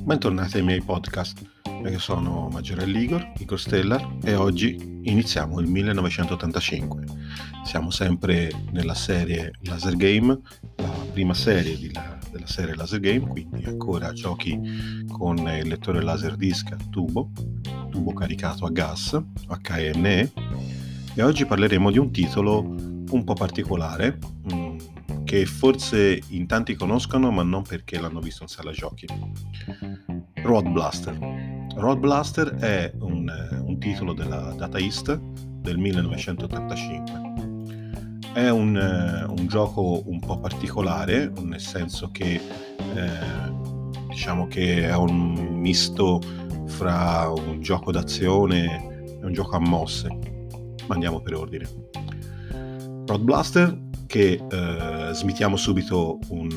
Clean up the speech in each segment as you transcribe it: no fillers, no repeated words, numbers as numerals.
Bentornati ai miei podcast. Io sono Maggiorello Igor Stellar, e oggi iniziamo il 1985. Siamo sempre nella serie Laser Game, la prima serie della serie Laser Game, quindi ancora giochi con il lettore Laserdisc a tubo caricato a gas, HNE, e oggi parleremo di un titolo un po' particolare, che forse in tanti conoscono, ma non perché l'hanno visto in sala giochi. Road Blaster. Road Blaster è un titolo della Data East del 1985. È un gioco un po' particolare, nel senso che diciamo che è un misto fra un gioco d'azione e un gioco a mosse. Ma andiamo per ordine. Road Blaster, che smitiamo subito un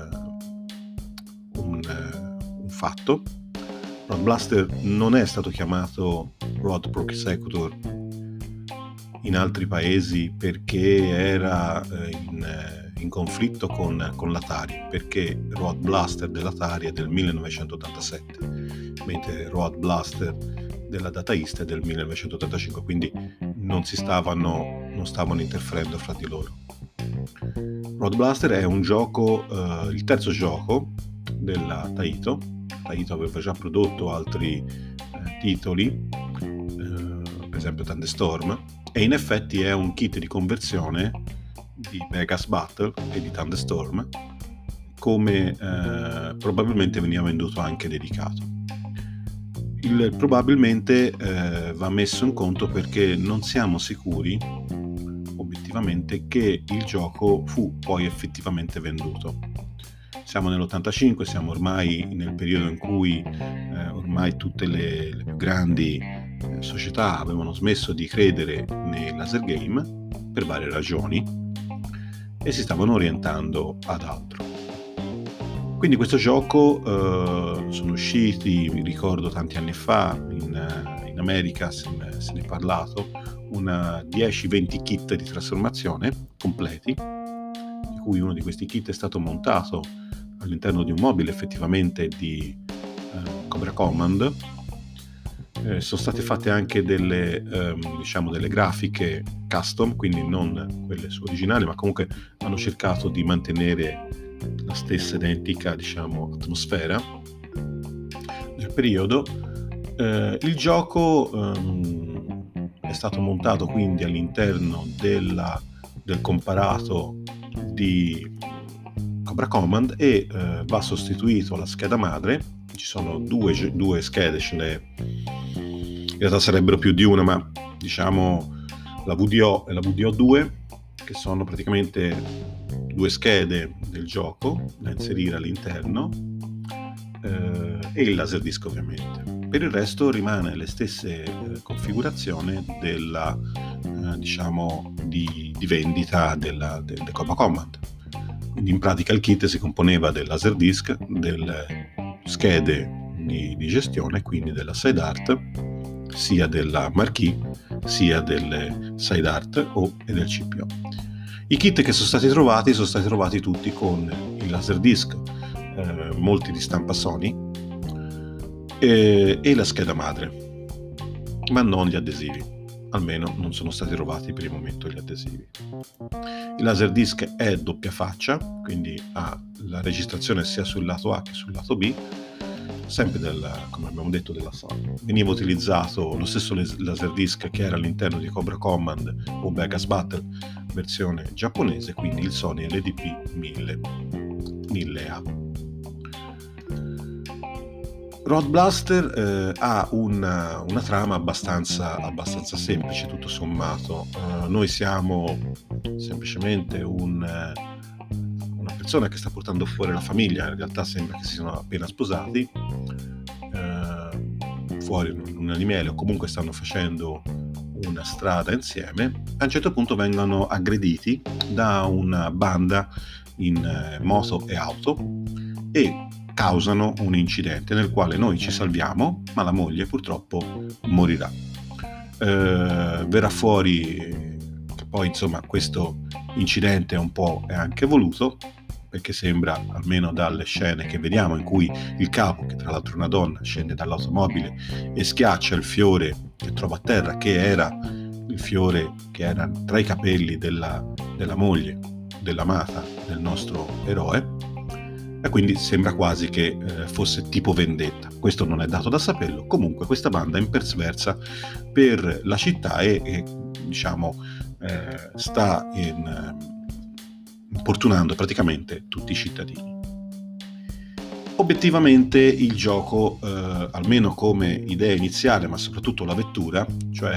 fatto. Road Blaster non è stato chiamato Road Prosecutor in altri paesi perché era in conflitto con l'Atari, perché Road Blaster dell'Atari è del 1987, mentre Road Blaster della Data East è del 1985, quindi non stavano interferendo fra di loro. Road Blaster è un gioco, il terzo gioco della Taito. Taito aveva già prodotto altri titoli, per esempio Thunderstorm, e in effetti è un kit di conversione di Vegas Battle e di Thunderstorm, come probabilmente veniva venduto anche dedicato. Il probabilmente va messo in conto perché non siamo sicuri obiettivamente che il gioco fu poi effettivamente venduto. Siamo nell'85, siamo ormai nel periodo in cui ormai tutte le più grandi società avevano smesso di credere nei laser game per varie ragioni e si stavano orientando ad altro. Quindi questo gioco sono usciti, mi ricordo tanti anni fa, in America se ne è parlato, una 10-20 kit di trasformazione completi, di cui uno di questi kit è stato montato all'interno di un mobile effettivamente di Cobra Command. Sono state fatte anche delle grafiche custom, quindi non quelle originali, ma comunque hanno cercato di mantenere la stessa identica atmosfera del periodo. Il gioco è stato montato quindi all'interno del comparato di Cobra Command e va sostituito la scheda madre. Ci sono due schede, in realtà sarebbero più di una, ma diciamo la VDO e la VDO2, che sono praticamente due schede del gioco da inserire all'interno, e il Laserdisc ovviamente. Per il resto rimane le stesse configurazioni della di vendita del Cobra Command. Quindi in pratica il kit si componeva del Laserdisc, delle schede di gestione, quindi della side art, sia della marquee sia delle side art e del CPO. I kit che sono stati trovati tutti con il Laserdisc, molti di stampa Sony, e la scheda madre, ma non gli adesivi. Almeno non sono stati trovati per il momento gli adesivi. Il Laserdisc è doppia faccia, quindi ha la registrazione sia sul lato A che sul lato B, sempre come abbiamo detto, della Sony. Veniva utilizzato lo stesso Laserdisc che era all'interno di Cobra Command o Vegas Battle, versione giapponese, quindi il Sony LDP 1000A. Road Blaster ha una trama abbastanza semplice, tutto sommato. Noi siamo semplicemente una persona che sta portando fuori la famiglia, in realtà sembra che si siano appena sposati, fuori un animiele, o comunque stanno facendo una strada insieme. A un certo punto vengono aggrediti da una banda in moto e auto e causano un incidente nel quale noi ci salviamo, ma la moglie purtroppo morirà. Verrà fuori che poi insomma questo incidente è anche voluto, perché sembra, almeno dalle scene che vediamo, in cui il capo, che tra l'altro è una donna, scende dall'automobile e schiaccia il fiore che trova a terra, che era il fiore che era tra i capelli della moglie, dell'amata del nostro eroe, e quindi sembra quasi che fosse tipo vendetta. Questo non è dato da saperlo. Comunque questa banda imperversa per la città e diciamo sta importunando praticamente tutti i cittadini. Obiettivamente il gioco, almeno come idea iniziale, ma soprattutto la vettura, cioè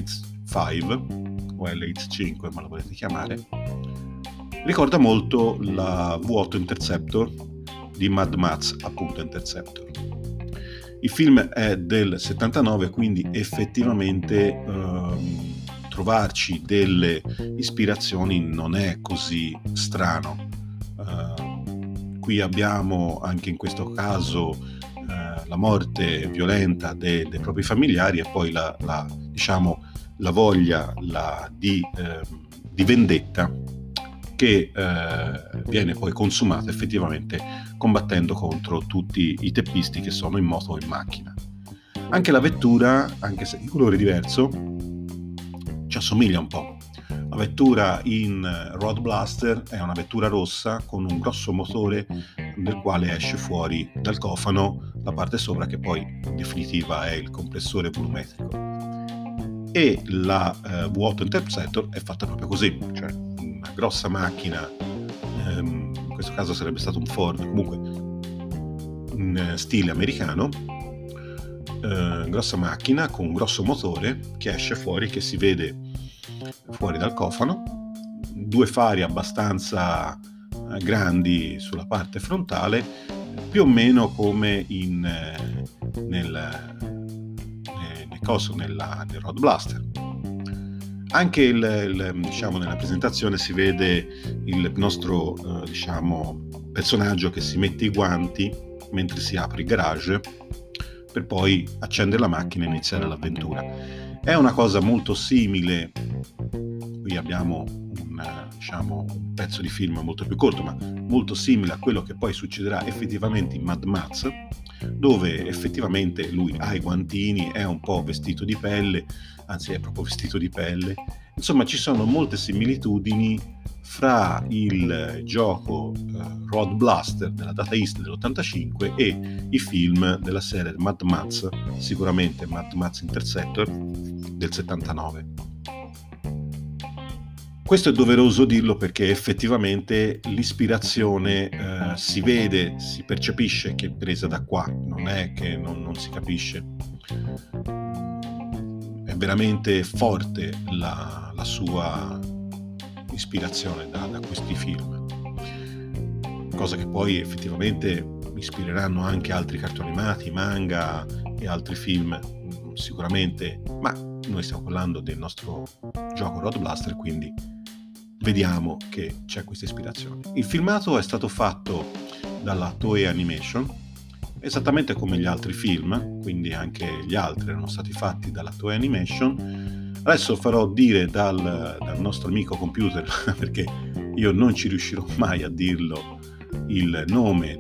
l'LX5 o LX5, ma lo volete chiamare, ricorda molto la V8 Interceptor di Mad Max, appunto Interceptor. Il film è del 79, quindi effettivamente trovarci delle ispirazioni non è così strano. Qui abbiamo anche in questo caso la morte violenta dei propri familiari e poi la voglia di vendetta che viene poi consumata effettivamente combattendo contro tutti i teppisti che sono in moto o in macchina. Anche la vettura, anche se di colore diverso, ci assomiglia un po'. La vettura in Road Blaster è una vettura rossa con un grosso motore del quale esce fuori dal cofano la parte sopra, che poi in definitiva è il compressore volumetrico. E la V8 Interceptor è fatta proprio così, cioè una grossa macchina, in questo caso sarebbe stato un Ford, comunque in stile americano, grossa macchina con un grosso motore che esce fuori, che si vede fuori dal cofano, due fari abbastanza grandi sulla parte frontale, più o meno come nel Road Blaster. Anche nella presentazione si vede il nostro personaggio che si mette i guanti mentre si apre il garage per poi accendere la macchina e iniziare l'avventura. È una cosa molto simile. Qui abbiamo un pezzo di film molto più corto, ma molto simile a quello che poi succederà effettivamente in Mad Max, dove effettivamente lui ha i guantini, è un po' vestito di pelle, anzi è proprio vestito di pelle. Insomma, ci sono molte similitudini fra il gioco Road Blaster della Data East dell'85 e i film della serie Mad Max, sicuramente Mad Max Interceptor del 79. Questo è doveroso dirlo perché effettivamente l'ispirazione si vede, si percepisce che è presa da qua, non è che non si capisce. È veramente forte la sua ispirazione da questi film, cosa che poi effettivamente ispireranno anche altri cartoni animati, manga e altri film sicuramente, ma noi stiamo parlando del nostro gioco Road Blaster, quindi vediamo che c'è questa ispirazione. Il filmato è stato fatto dalla Toei Animation, esattamente come gli altri film, quindi anche gli altri erano stati fatti dalla Toei Animation. Adesso farò dire dal nostro amico computer, perché io non ci riuscirò mai a dirlo, il nome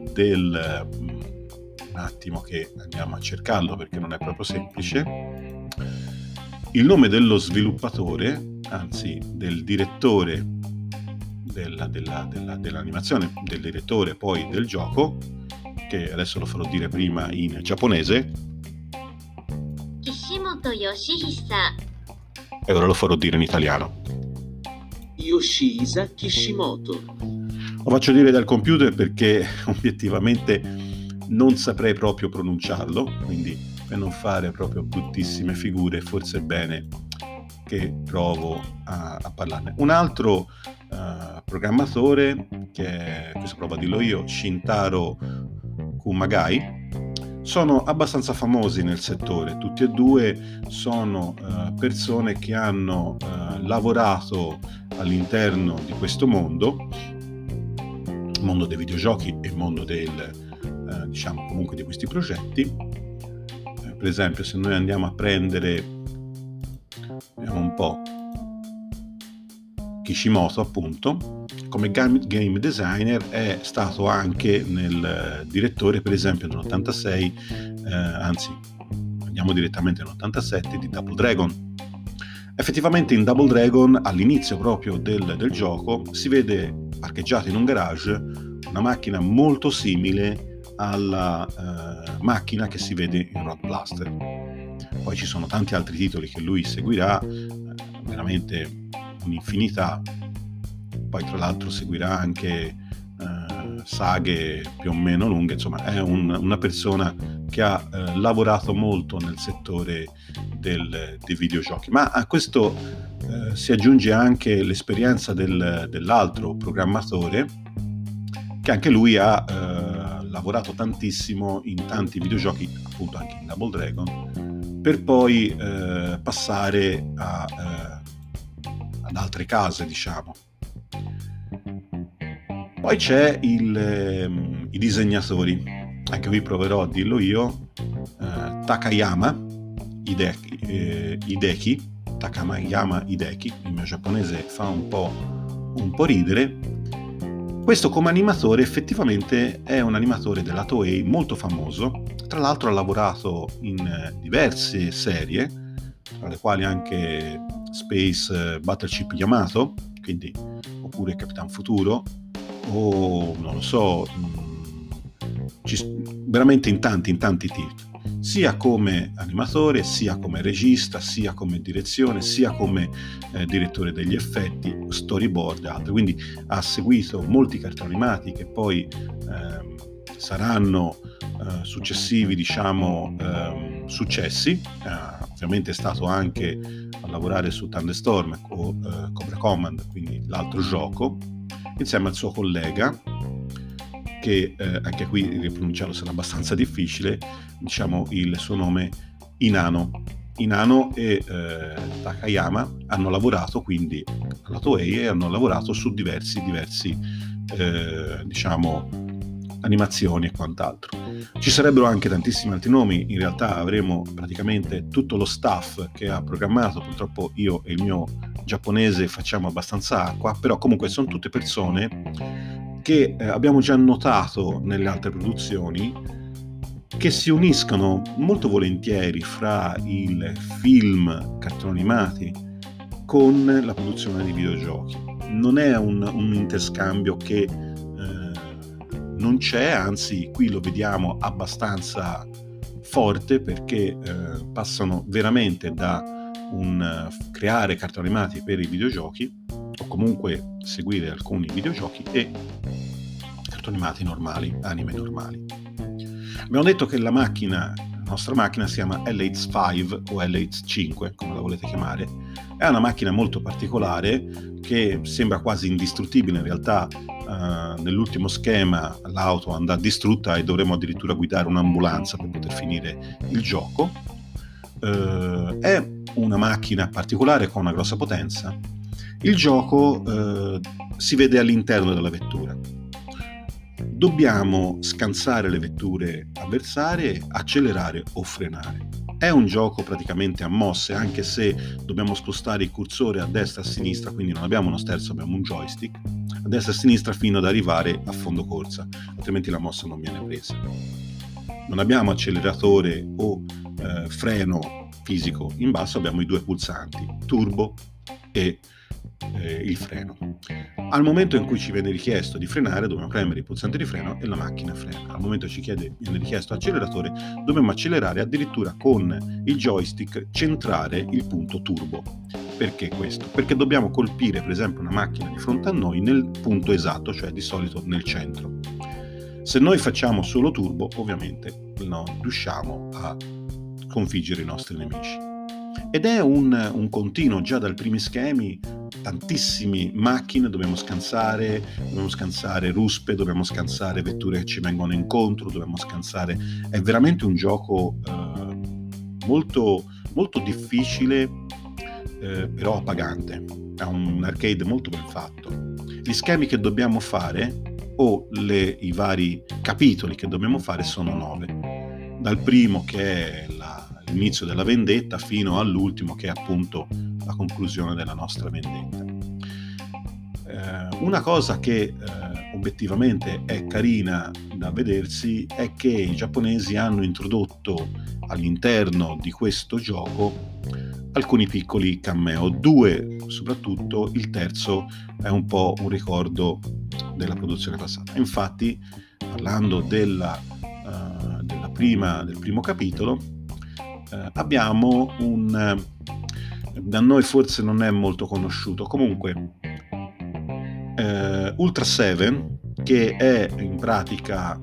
un attimo che andiamo a cercarlo perché non è proprio semplice, il nome dello sviluppatore, anzi del direttore dell'animazione, del direttore poi del gioco, che adesso lo farò dire prima in giapponese Kishimoto Yoshihisa, e ora lo farò dire in italiano. Yoshihisa Kishimoto. Lo faccio dire dal computer perché obiettivamente non saprei proprio pronunciarlo, quindi per non fare proprio bruttissime figure forse è bene che provo a parlarne. Un altro programmatore, questo provo a dirlo io, Shintaro Kumagai, sono abbastanza famosi nel settore. Tutti e due sono persone che hanno lavorato all'interno di questo mondo dei videogiochi e mondo comunque di questi progetti. Per esempio, se noi andiamo a prendere, vediamo un po', Kishimoto, appunto, come game designer è stato anche nel direttore, per esempio, nell'86, anzi andiamo direttamente nell'87, di Double Dragon. Effettivamente in Double Dragon, all'inizio proprio del gioco, si vede parcheggiata in un garage una macchina molto simile alla macchina che si vede in Road Blaster. Poi ci sono tanti altri titoli che lui seguirà, veramente un'infinità. Poi tra l'altro seguirà anche saghe più o meno lunghe. Insomma, è una persona che ha lavorato molto nel settore dei videogiochi. Ma a questo si aggiunge anche l'esperienza dell'altro programmatore, che anche lui ha lavorato tantissimo in tanti videogiochi, appunto anche in Double Dragon, per poi passare ad altre case, diciamo. Poi c'è i disegnatori, anche qui proverò a dirlo io, Takayama Hideki, il mio giapponese fa un po' ridere. Questo come animatore effettivamente è un animatore della Toei molto famoso, tra l'altro ha lavorato in diverse serie, tra le quali anche Space Battleship Yamato, quindi, oppure Capitan Futuro, o non lo so, veramente in tanti titoli, sia come animatore, sia come regista, sia come direzione, sia come direttore degli effetti, storyboard e altro. Quindi ha seguito molti cartoni animati che poi saranno successivi, diciamo, successi. Ovviamente è stato anche a lavorare su Thunderstorm o Cobra Command, quindi l'altro gioco, insieme al suo collega, che anche qui ripronunciarlo sarà abbastanza difficile, diciamo il suo nome Inano e Takayama hanno lavorato quindi alla Toei e hanno lavorato su diversi diciamo animazioni e quant'altro. Ci sarebbero anche tantissimi altri nomi, in realtà avremo praticamente tutto lo staff che ha programmato. Purtroppo io e il mio giapponese facciamo abbastanza acqua, però comunque sono tutte persone che abbiamo già notato nelle altre produzioni, che si uniscono molto volentieri fra il film cartoni animati con la produzione di videogiochi. Non è un interscambio che non c'è, anzi qui lo vediamo abbastanza forte, perché passano veramente da un creare cartoni animati per i videogiochi, o comunque seguire alcuni videogiochi, e cartoni animati normali, anime normali. Abbiamo detto che la nostra macchina si chiama LX5 o LX5, come la volete chiamare. È una macchina molto particolare che sembra quasi indistruttibile. In realtà nell'ultimo schema l'auto andrà distrutta e dovremo addirittura guidare un'ambulanza per poter finire il gioco. È una macchina particolare con una grossa potenza. Il gioco si vede all'interno della vettura. Dobbiamo scansare le vetture avversarie, accelerare o frenare. È un gioco praticamente a mosse, anche se dobbiamo spostare il cursore a destra e a sinistra, quindi non abbiamo uno sterzo, abbiamo un joystick, a destra e a sinistra fino ad arrivare a fondo corsa, altrimenti la mossa non viene presa. Non abbiamo acceleratore o freno fisico in basso, abbiamo i due pulsanti, turbo e il freno. Al momento in cui ci viene richiesto di frenare, dobbiamo premere il pulsante di freno e la macchina frena. Al momento ci viene richiesto acceleratore, dobbiamo accelerare addirittura con il joystick, centrare il punto turbo. Perché questo? Perché dobbiamo colpire per esempio una macchina di fronte a noi nel punto esatto, cioè di solito nel centro. Se noi facciamo solo turbo, ovviamente non riusciamo a sconfiggere i nostri nemici. Ed è un continuo, già dai primi schemi, tantissime macchine, dobbiamo scansare ruspe, dobbiamo scansare vetture che ci vengono incontro, dobbiamo scansare. È veramente un gioco molto, molto difficile, però appagante. È un arcade molto ben fatto. Gli schemi che dobbiamo fare o i vari capitoli che dobbiamo fare sono 9. Dal primo, che è l'inizio della vendetta, fino all'ultimo, che è appunto la conclusione della nostra vendetta. Una cosa che obiettivamente è carina da vedersi è che i giapponesi hanno introdotto all'interno di questo gioco alcuni piccoli cameo, 2 soprattutto, il terzo è un po' un ricordo della produzione passata. Infatti, parlando del primo capitolo, abbiamo da noi forse non è molto conosciuto, comunque Ultra Seven, che è in pratica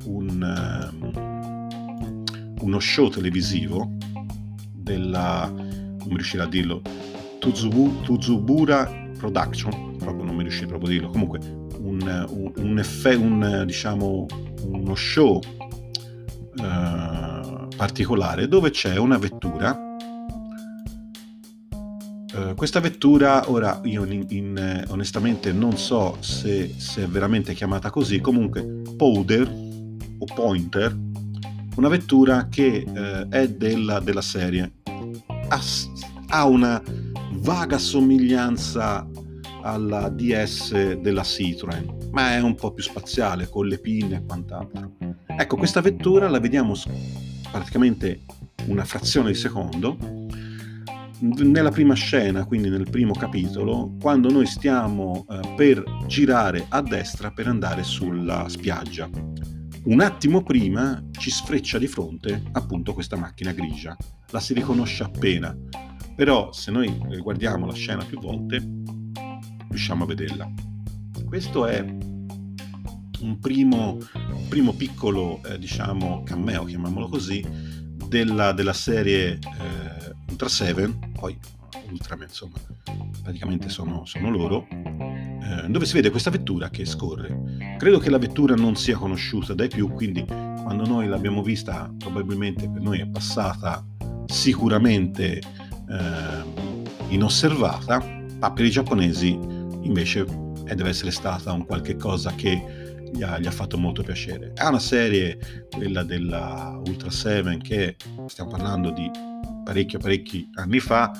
uno show televisivo non mi riuscirò a dirlo, Tsubura Production, proprio non mi riuscirò proprio a dirlo, comunque uno show particolare dove c'è una vettura. Questa vettura, ora io onestamente non so se è veramente chiamata così, comunque Powder o Pointer, una vettura che è della serie, ha una vaga somiglianza alla DS della Citroën, ma è un po' più spaziale, con le pinne e quant'altro. Ecco, questa vettura la vediamo praticamente una frazione di secondo nella prima scena, quindi nel primo capitolo, quando noi stiamo per girare a destra per andare sulla spiaggia. Un attimo prima ci sfreccia di fronte appunto questa macchina grigia, la si riconosce appena, però se noi guardiamo la scena più volte riusciamo a vederla. Questo è un primo piccolo cameo, chiamiamolo così, della serie Ultra Seven, poi Ultraman, insomma, praticamente sono loro, dove si vede questa vettura che scorre. Credo che la vettura non sia conosciuta dai più, quindi quando noi l'abbiamo vista probabilmente per noi è passata sicuramente inosservata, ma per i giapponesi invece deve essere stata un qualche cosa che gli ha fatto molto piacere. È una serie, quella della Ultra Seven, che stiamo parlando di parecchi anni fa,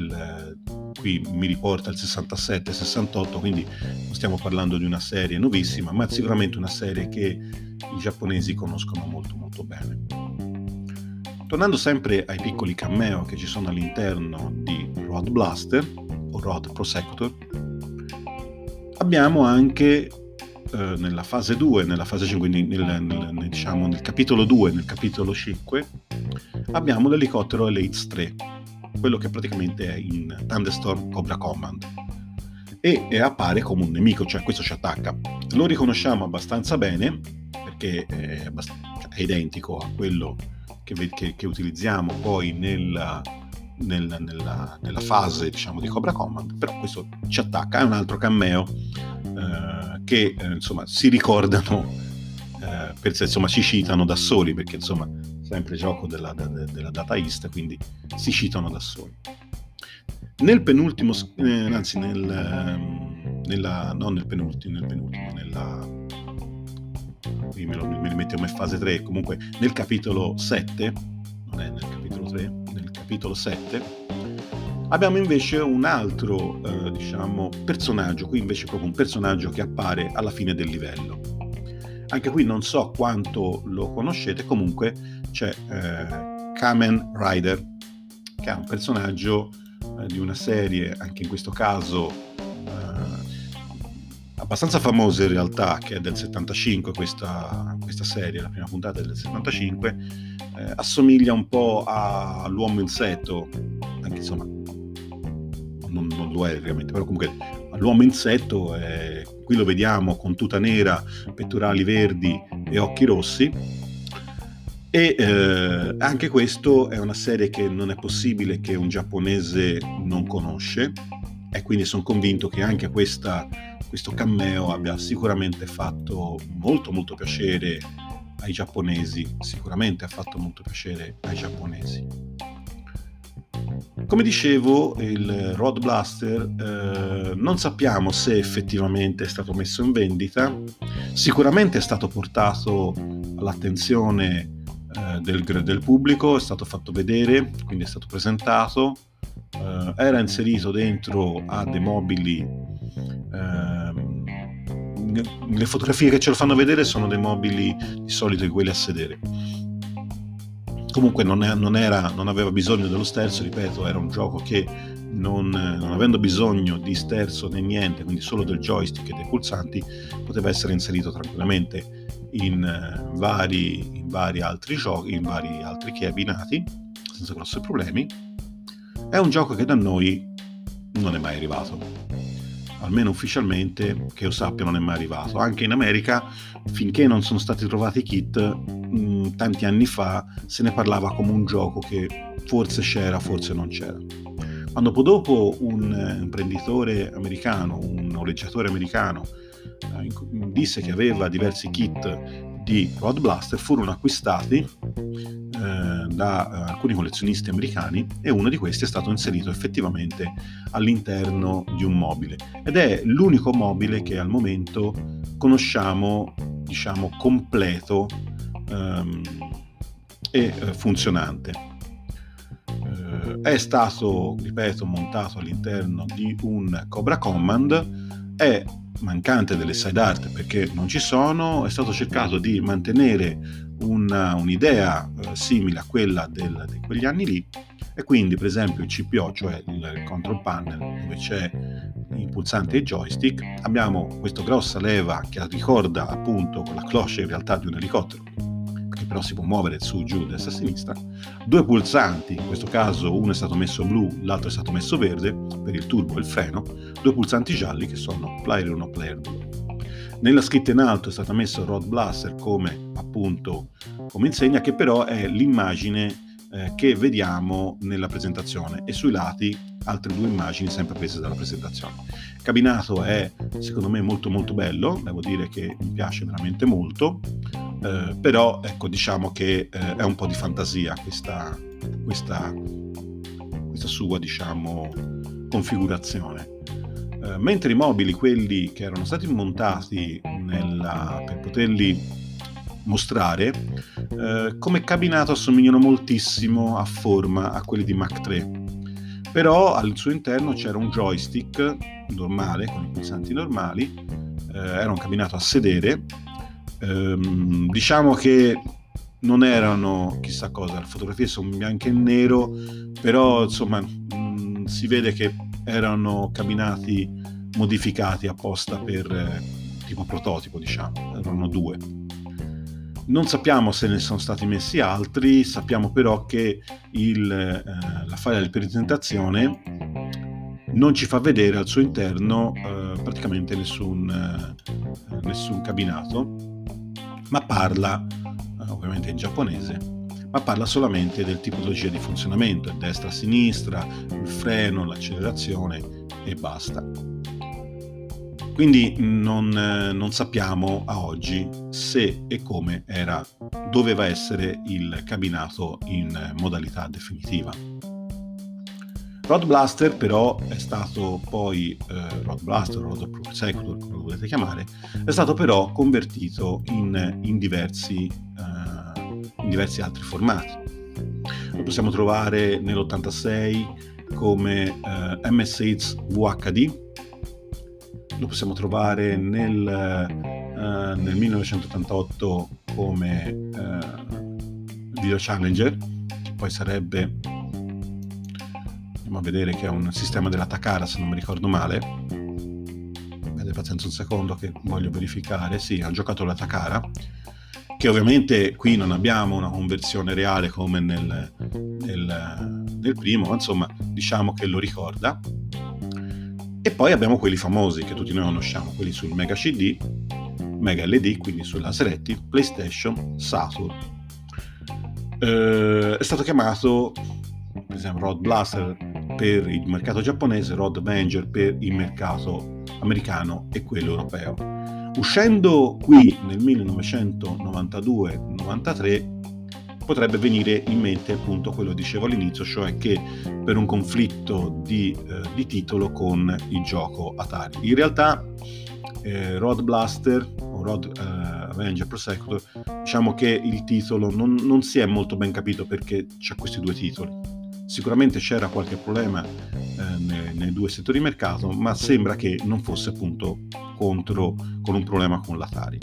qui mi riporta il 67-68, quindi non stiamo parlando di una serie nuovissima, ma sicuramente una serie che i giapponesi conoscono molto molto bene. Tornando sempre ai piccoli cameo che ci sono all'interno di Road Blaster o Road Prosecutor, abbiamo anche nella fase 2, nella fase 5, quindi nel capitolo 2, nel capitolo 5, abbiamo l'elicottero LH-3, quello che praticamente è in Thunderstorm Cobra Command, e appare come un nemico, cioè questo ci attacca. Lo riconosciamo abbastanza bene perché è identico a quello che utilizziamo poi nella fase, diciamo, di Cobra Command, però questo ci attacca. È un altro cameo che insomma si ricordano, si citano da soli, perché insomma sempre gioco della Data East, quindi si citano da soli. Nel penultimo, anzi non nel penultimo, qui me li mettiamo in fase 3, comunque nel capitolo 7, non è nel capitolo 3, nel capitolo 7, abbiamo invece un altro personaggio, qui invece proprio un personaggio che appare alla fine del livello. Anche qui non so quanto lo conoscete, comunque c'è Kamen Rider, che è un personaggio di una serie, anche in questo caso abbastanza famosa in realtà, che è del 75, questa serie, la prima puntata è del 75, assomiglia un po' all'uomo insetto, anche insomma non lo è realmente, però comunque all'uomo insetto, qui lo vediamo con tuta nera, pettorali verdi e occhi rossi, e anche questo è una serie che non è possibile che un giapponese non conosce, e quindi sono convinto che anche questo cameo abbia sicuramente fatto molto molto piacere ai giapponesi, sicuramente ha fatto molto piacere ai giapponesi. Come dicevo, il Road Blaster non sappiamo se effettivamente è stato messo in vendita, sicuramente è stato portato all'attenzione del pubblico, è stato fatto vedere, quindi è stato presentato, era inserito dentro a dei mobili le fotografie che ce lo fanno vedere sono dei mobili di solito di quelli a sedere. Comunque non aveva bisogno dello sterzo, ripeto, era un gioco che non avendo bisogno di sterzo né niente, quindi solo del joystick e dei pulsanti, poteva essere inserito tranquillamente in vari altri giochi, in vari altri cabinati, senza grossi problemi. È un gioco che da noi non è mai arrivato, almeno ufficialmente che io sappia non è mai arrivato. Anche in America, finché non sono stati trovati i kit, tanti anni fa se ne parlava come un gioco che forse c'era, forse non c'era. Quando dopo un imprenditore americano, un noleggiatore americano, disse che aveva diversi kit di Road Blaster, furono acquistati da alcuni collezionisti americani, e uno di questi è stato inserito effettivamente all'interno di un mobile, ed è l'unico mobile che al momento conosciamo, diciamo, completo e funzionante. È stato, ripeto, montato all'interno di un Cobra Command, è mancante delle side art perché non ci sono, è stato cercato di mantenere un'idea simile a quella di quegli anni lì, e quindi per esempio il CPO, cioè il control panel dove c'è il pulsante e il joystick, abbiamo questa grossa leva che ricorda appunto la cloche in realtà di un elicottero, che però si può muovere su, giù, destra, sinistra, due pulsanti, in questo caso uno è stato messo blu, l'altro è stato messo verde per il turbo e il freno, due pulsanti gialli che sono player 1, player 2. Nella scritta in alto è stata messa Road Blaster come insegna, che però è l'immagine che vediamo nella presentazione, e sui lati altre due immagini sempre prese dalla presentazione. Il cabinato è secondo me molto molto bello, devo dire che mi piace veramente molto, però ecco, diciamo che è un po' di fantasia questa sua, diciamo, configurazione. Mentre i mobili, quelli che erano stati montati per poterli mostrare, come cabinato assomigliano moltissimo a forma a quelli di Mach 3, però al suo interno c'era un joystick normale con i pulsanti normali, era un cabinato a sedere, diciamo che non erano chissà cosa, le fotografie sono bianche e nero, però insomma si vede che erano cabinati modificati apposta per tipo prototipo, diciamo, erano due. Non sappiamo se ne sono stati messi altri, sappiamo però che la file di presentazione non ci fa vedere al suo interno praticamente nessun cabinato, ma parla, ovviamente in giapponese, ma parla solamente del tipologia di funzionamento, destra, sinistra, il freno, l'accelerazione e basta. Quindi non sappiamo a oggi se e come doveva essere il cabinato in modalità definitiva. Road Blaster però è stato poi, Road Blaster, Road Prosecutor, come lo volete chiamare, è stato però convertito in diversi altri formati. Lo possiamo trovare nell'86 come MSX VHD, lo possiamo trovare nel 1988 come Video Challenger, che poi sarebbe, andiamo a vedere, che è un sistema della Takara se non mi ricordo male. Avete pazienza un secondo che voglio verificare. Sì, ha giocato la Takara, che ovviamente qui non abbiamo una conversione reale come nel primo, ma insomma diciamo che lo ricorda. E poi abbiamo quelli famosi che tutti noi conosciamo, quelli sul Mega CD, Mega LD, quindi sul Laseretti, PlayStation, Saturn. È stato chiamato, per esempio, Road Blaster per il mercato giapponese, Road Avenger per il mercato americano e quello europeo. Uscendo qui nel 1992-93 potrebbe venire in mente appunto quello che dicevo all'inizio, cioè che per un conflitto di titolo con il gioco Atari. In realtà Road Blaster o Road Avenger Prosecutor, diciamo che il titolo non si è molto ben capito perché c'ha questi due titoli. Sicuramente c'era qualche problema nei due settori di mercato, ma sembra che non fosse appunto con un problema con l'Atari.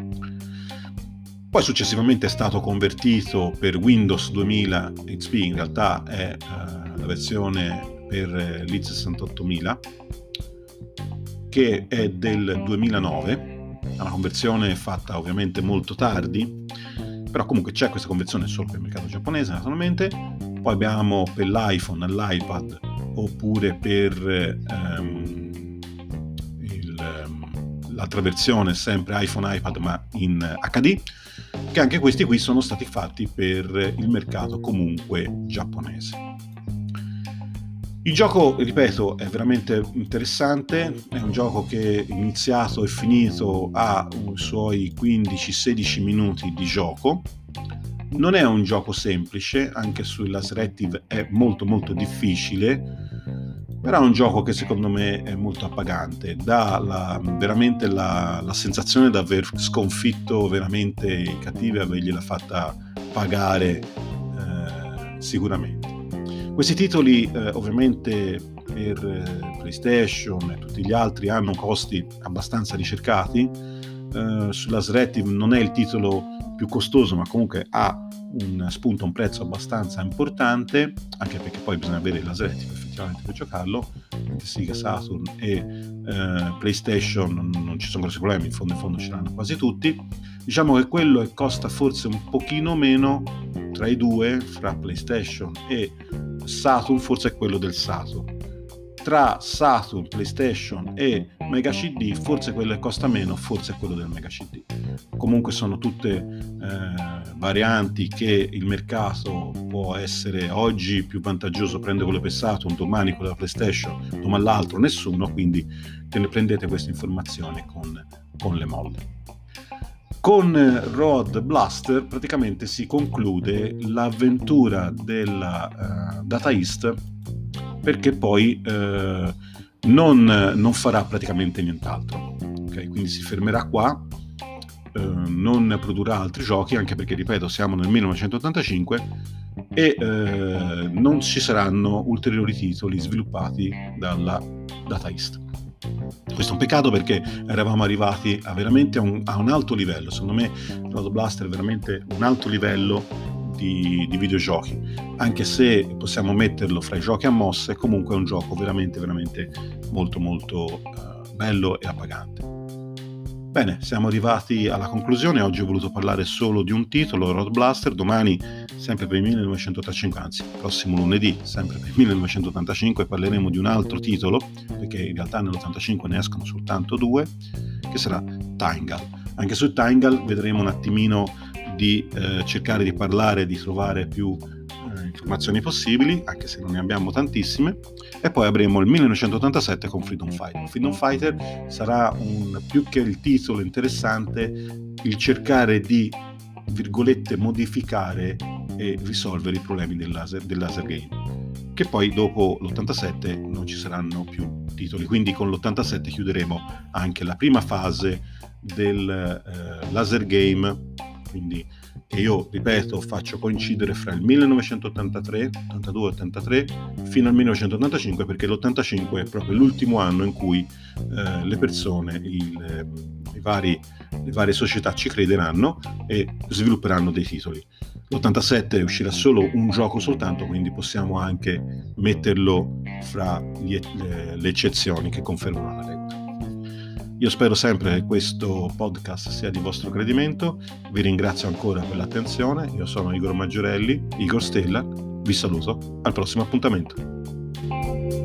Poi successivamente è stato convertito per Windows 2000 XP, in realtà è la versione per l'X68000, che è del 2009, una conversione fatta ovviamente molto tardi, però comunque c'è questa conversione solo per il mercato giapponese naturalmente. Poi abbiamo per l'iPhone, l'iPad, oppure per l'altra versione, sempre iPhone, iPad, ma in HD, che anche questi qui sono stati fatti per il mercato comunque giapponese. Il gioco, ripeto, è veramente interessante, è un gioco che iniziato e finito ha i suoi 15-16 minuti di gioco. Non è un gioco semplice, anche sul Laseractive è molto molto difficile, però è un gioco che secondo me è molto appagante, dà veramente la sensazione di aver sconfitto veramente i cattivi e avergliela fatta pagare sicuramente. Questi titoli ovviamente per PlayStation e tutti gli altri hanno costi abbastanza ricercati. Sulla Laseractive non è il titolo più costoso, ma comunque ha un prezzo abbastanza importante, anche perché poi bisogna avere il Laseractive effettivamente per giocarlo, mentre Sega Saturn e PlayStation non ci sono grossi problemi, in fondo ce l'hanno quasi tutti. Diciamo che quello costa forse un pochino meno tra i due, fra PlayStation e Saturn, forse è quello del Saturn. Tra Saturn, PlayStation e Mega CD, forse quello che costa meno, forse è quello del Mega CD. Comunque sono tutte varianti che il mercato può essere oggi più vantaggioso prendere quello per Saturn, domani quello della PlayStation, domani l'altro nessuno, quindi prendete queste informazioni con le molle. Con Road Blaster praticamente si conclude l'avventura della Data East, perché poi non farà praticamente nient'altro, okay? Quindi si fermerà qua, non produrrà altri giochi, anche perché, ripeto, siamo nel 1985 e non ci saranno ulteriori titoli sviluppati dalla Data East. Questo è un peccato, perché eravamo arrivati veramente a un alto livello. Secondo me Road Blaster è veramente un alto livello di videogiochi, anche se possiamo metterlo fra i giochi a mosse, comunque è un gioco veramente veramente molto molto bello e appagante. Bene, siamo arrivati alla conclusione. Oggi ho voluto parlare solo di un titolo, Road Blaster. Domani, sempre per il 1985, anzi prossimo lunedì, sempre per il 1985, parleremo di un altro titolo, perché in realtà nell'85 ne escono soltanto due, che sarà Tangle. Anche su Tangle vedremo un attimino di cercare di parlare, di trovare più informazioni possibili, anche se non ne abbiamo tantissime. E poi avremo il 1987 con Freedom Fighter. Freedom Fighter sarà più che il titolo interessante, il cercare di, virgolette, modificare e risolvere i problemi del laser game, che poi dopo l'87 non ci saranno più titoli, quindi con l'87 chiuderemo anche la prima fase del laser game. Quindi, e io ripeto, faccio coincidere fra il 1983, 82, 83 fino al 1985, perché l'85 è proprio l'ultimo anno in cui le persone, le varie società ci crederanno e svilupperanno dei titoli. L'87 uscirà solo un gioco soltanto, quindi possiamo anche metterlo fra le eccezioni che confermano la regola. Io spero sempre che questo podcast sia di vostro gradimento. Vi ringrazio ancora per l'attenzione. Io sono Igor Maggiorelli, Igor Stella. Vi saluto, al prossimo appuntamento.